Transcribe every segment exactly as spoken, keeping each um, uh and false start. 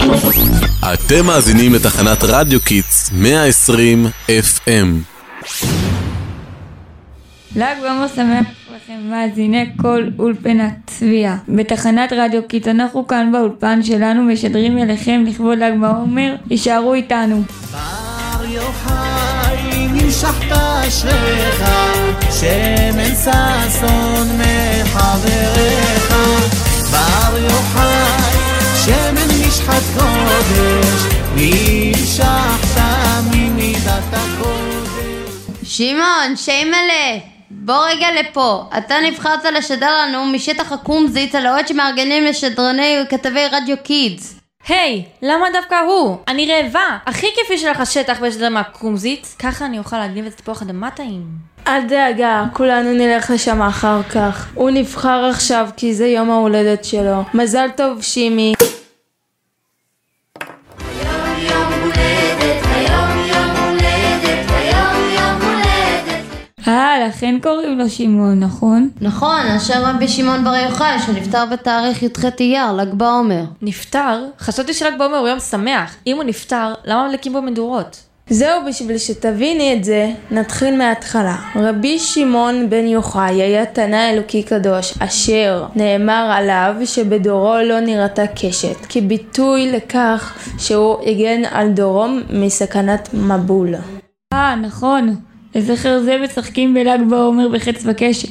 אתם מאזינים לתחנת רדיו קיטס מאה ועשרים אף אם. ל"ג בעומר שמח לכם מאזיני כל אולפנת צביה. בתחנת רדיו קיטס אנחנו כאן באולפן שלנו משדרים אליכם לכבוד ל"ג בעומר. יישארו איתנו. בר יוחאי נמשכת אשריך, שמן ששון מחבריך. בר יוחאי שמן משחת קודש, נמשכת ממידת הקודש. שמעון, שיימלה, בוא רגע לפה. אתה נבחרת לשדר לנו משטח הקומזיץ על האות שמארגנים לשדרני וכתבי רדיו קידס. היי, hey, למה דווקא הוא? אני רעבה. הכי כיפי שלך שטח בשדר מהקומזיץ, ככה אני אוכל להגניב את תפוח אדמה טעים. אל דאגה, כולנו נלך לשם אחר כך. הוא נבחר עכשיו כי זה יום ההולדת שלו. מזל טוב שימי. אה, לכן קוראים לו שמעון, נכון? נכון, אשר רבי שמעון בר יוחאי שנפטר בתאריך י"ח אייר, ל"ג בעומר. נפטר? חשבתי של"ג בעומר הוא יום שמח. אם הוא נפטר, למה מדליקים בו מדורות? זהו, בשביל שתביני את זה, נתחיל מההתחלה. רבי שמעון בן יוחאי היה תנא אלוקי קדוש, אשר נאמר עליו שבדורו לא נראתה קשת, כביטוי לכך שהוא הגן על דורו מסכנת מבול. אה, נכון. לזכר זה משחקים בל"ג בעומר בחץ וקשת.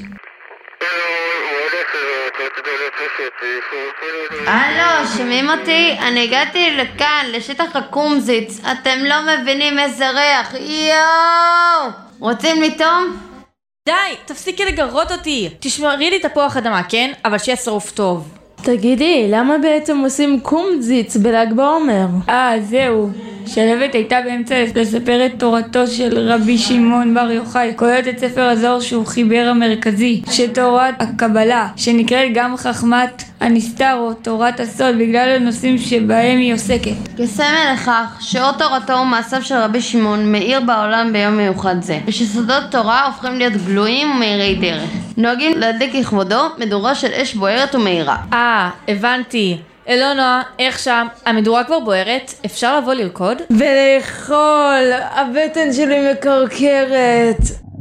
הלו, שומעים אותי? אני הגעתי לכאן, לשטח הקומזיץ. אתם לא מבינים איזה ריח. יואו! רוצים לטעום? די, תפסיקי לגרות אותי. תשמרי לי תפוח אדמה, כן? אבל שיהיה שרוף טוב. תגידי, למה בעצם עושים קומזיץ בל"ג בעומר? אה, זהו. שלבת הייתה באמצע לספר את תורתו של רבי שמעון בר יוחאי, כוללת את ספר הזוהר שהוא חיבר המרכזי, שתורת הקבלה, שנקראת גם חכמת הנסתר או תורת הסוד, בגלל הנושאים שבהם היא עוסקת. כסמל לכך שאור תורתו ומעשיו של רבי שמעון מאיר בעולם ביום מיוחד זה, ושסודות תורה הופכים להיות גלויים ומאירי דרך. נוהגים להדליק לכבודו מדורה של אש בוערת ומאירה. אה, הבנתי. אלונה, איך שם? המדורה כבר בוערת? אפשר לבוא לרקוד? ולאכול, הבטן שלי מקרקרת.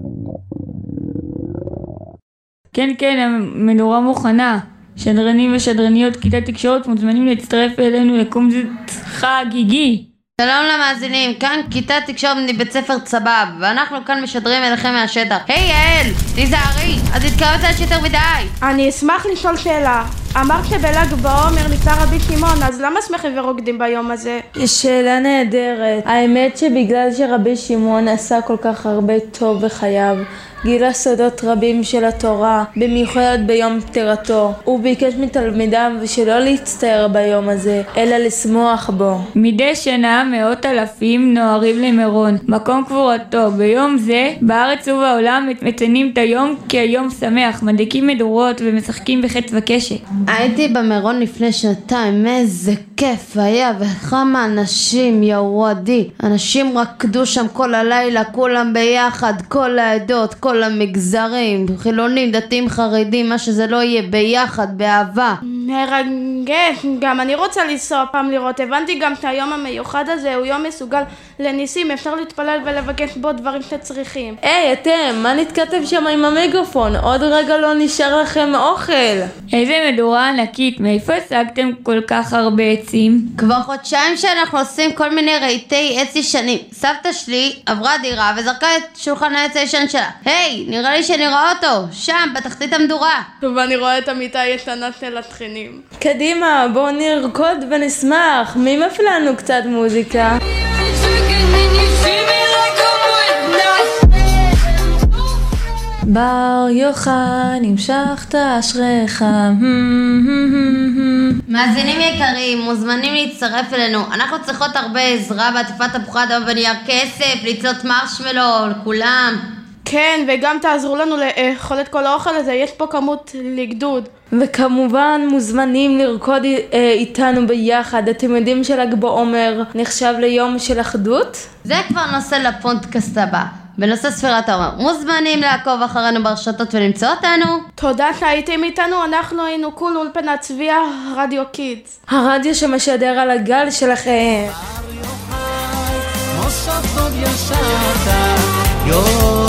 כן, כן, המדורה מוכנה. שדרנים ושדרניות כיתת תקשורת מוזמנים להצטרף אלינו לקומזיץ חגיגי. שלום למאזינים, כאן כיתת תקשורת מבית ספר צבב, ואנחנו כאן משדרים אליכם מהשטח. היי יעל, תיזהרי, אז התקרבת לשטח מדי. אני אשמח לשאול שאלה. אמרת שבל"ג בעומר נפטר רבי שמעון, אז למה שמחים ורוקדים ביום הזה? שאלה נהדרת. האמת שבגלל שרבי שמעון עשה כל כך הרבה טוב בחייו, גילה סודות רבים של התורה, במיוחד ביום פטירתו. הוא ביקש מתלמידיו שלא להצטער ביום הזה, אלא לשמוח בו. מדי שנה מאות אלפים נוהרים למירון, מקום קבורתו. ביום זה, בארץ ובעולם מציינים את היום כיום שמח, מדליקים מדורות ומשחקים בחץ וקשת. הייתי במירון לפני שנתיים, איזה כיף היה, וכמה אנשים, יעודי. אנשים רקדו שם כל הלילה, כולם ביחד, כל העדות, כל המגזרים, חילונים, דתיים, חרדים, מה שזה לא יהיה, ביחד, באהבה. מרגש, גם אני רוצה לנסוע פעם לראות. הבנתי גם את היום המיוחד הזה, הוא יום מסוגל לניסים, אפשר להתפלל ולבקש בו דברים שצריכים. היי, אתם, מה נתכתב שם עם המגפון? עוד רגע לא נשאר לכם אוכל. איזה מדורה ענקית, מאיפה השגתם כל כך הרבה עצים? כבר חודשיים שאנחנו עושים כל מיני רהיטי עץ ישנים. סבתא שלי עברה דירה וזרקה את שולחן העץ הישן שלה. היי, נראה לי שאני רואה אותו, שם, בתחתית המדורה. ואני רואה את המיטה הישנה של התכנים. קדימה, בואו נרקוד ונשמח. מי מפעיל לנו קצת מוזיקה? בר יוחאי נמשכת אשריך. מאזינים יקרים, מוזמנים להצטרף אלינו. אנחנו צריכות הרבה עזרה בעטיפת תפוחי אדמה ונייר כסף, לתלות מרשמלו לכולם. כן, וגם תעזרו לנו לאכול את כל האוכל הזה, יש פה כמות לגדוד. וכמובן מוזמנים לרקוד איתנו ביחד. אתם יודעים של"ג בעומר נחשב ליום של אחדות? זה כבר נושא לפודקאסט הבא. בנושא ספירת העומר. מוזמנים לעקוב אחרינו ברשתות ולמצוא אותנו. תודה שהייתם איתנו, אנחנו היינו כול אולפנת צביה רדיו קידס. הרדיו שמשדר על הגל שלכם. מושב טוב ישרת, יום